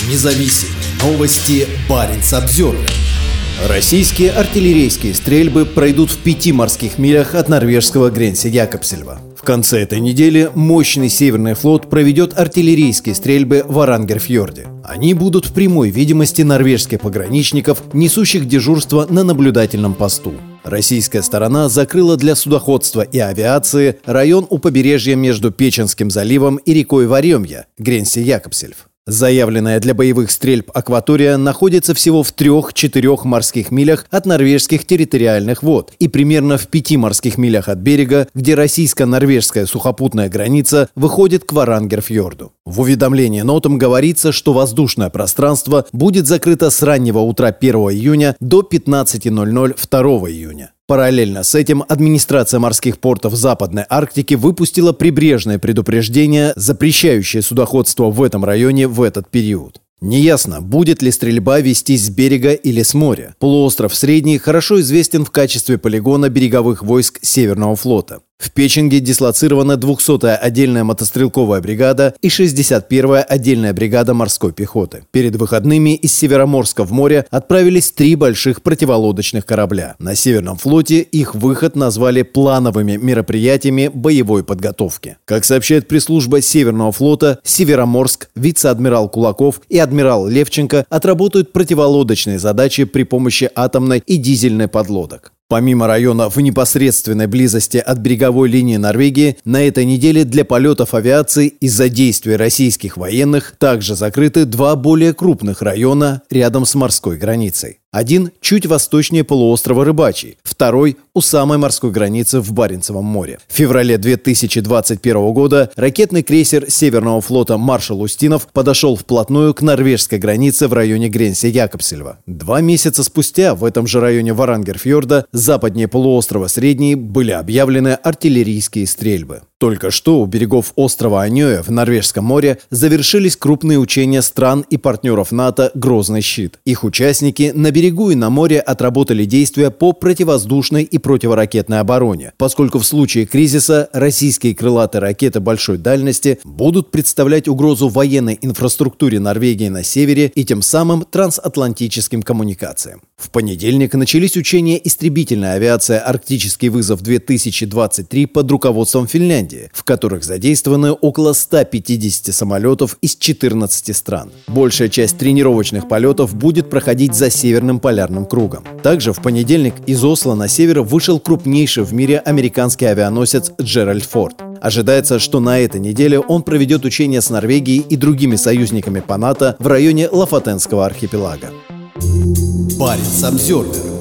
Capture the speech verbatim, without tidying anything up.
Независимые новости. Баренц-Обзервер. Российские артиллерийские стрельбы пройдут в пяти морских милях от норвежского Гренсе-Якобсельва. В конце этой недели мощный Северный флот проведет артиллерийские стрельбы в Варангерфьорде. Они будут в прямой видимости норвежских пограничников, несущих дежурство на наблюдательном посту. Российская сторона закрыла для судоходства и авиации район у побережья между Печенским заливом и рекой Варёмья, Гренсе-Якобсельв. Заявленная для боевых стрельб акватория находится всего в трех-четырех морских милях от норвежских территориальных вод и примерно в пяти морских милях от берега, где российско-норвежская сухопутная граница выходит к Варангерфьорду. В уведомлении нотам говорится, что воздушное пространство будет закрыто с раннего утра первого июня до пятнадцати ноль-ноль второго июня. Параллельно с этим администрация морских портов Западной Арктики выпустила прибрежное предупреждение, запрещающее судоходство в этом районе в этот период. Неясно, будет ли стрельба вестись с берега или с моря. Полуостров Средний хорошо известен в качестве полигона береговых войск Северного флота. В Печенге дислоцирована двухсотая отдельная мотострелковая бригада и шестьдесят первая отдельная бригада морской пехоты. Перед выходными из Североморска в море отправились три больших противолодочных корабля. На Северном флоте их выход назвали плановыми мероприятиями боевой подготовки. Как сообщает пресс-служба Северного флота, Североморск, вице-адмирал Кулаков и адмирал Левченко отработают противолодочные задачи при помощи атомной и дизельной подлодок. Помимо района в непосредственной близости от береговой линии Норвегии, на этой неделе для полетов авиации из-за действий российских военных также закрыты два более крупных района рядом с морской границей. Один чуть восточнее полуострова Рыбачий, второй у самой морской границы в Баренцевом море. В феврале две тысячи двадцать первого года ракетный крейсер Северного флота «Маршал Устинов» подошел вплотную к норвежской границе в районе Гренсе-Якобсельва. Два месяца спустя в этом же районе Варангерфьорда, западнее полуострова Средний, были объявлены артиллерийские стрельбы. Только что у берегов острова Аньоя в Норвежском море завершились крупные учения стран и партнеров НАТО «Грозный щит». Их участники на берегу и на море отработали действия по противовоздушной и противоракетной обороне, поскольку в случае кризиса российские крылатые ракеты большой дальности будут представлять угрозу военной инфраструктуре Норвегии на севере и тем самым трансатлантическим коммуникациям. В понедельник начались учения истребительной авиации «Арктический вызов-две тысячи двадцать три» под руководством Финляндии, в которых задействованы около ста пятидесяти самолетов из четырнадцати стран. Большая часть тренировочных полетов будет проходить за Северным полярным кругом. Также в понедельник из Осло на север вышел крупнейший в мире американский авианосец «Джеральд Форд». Ожидается, что на этой неделе он проведет учения с Норвегией и другими союзниками по НАТО в районе Лафотенского архипелага. Баренц-Обзервер.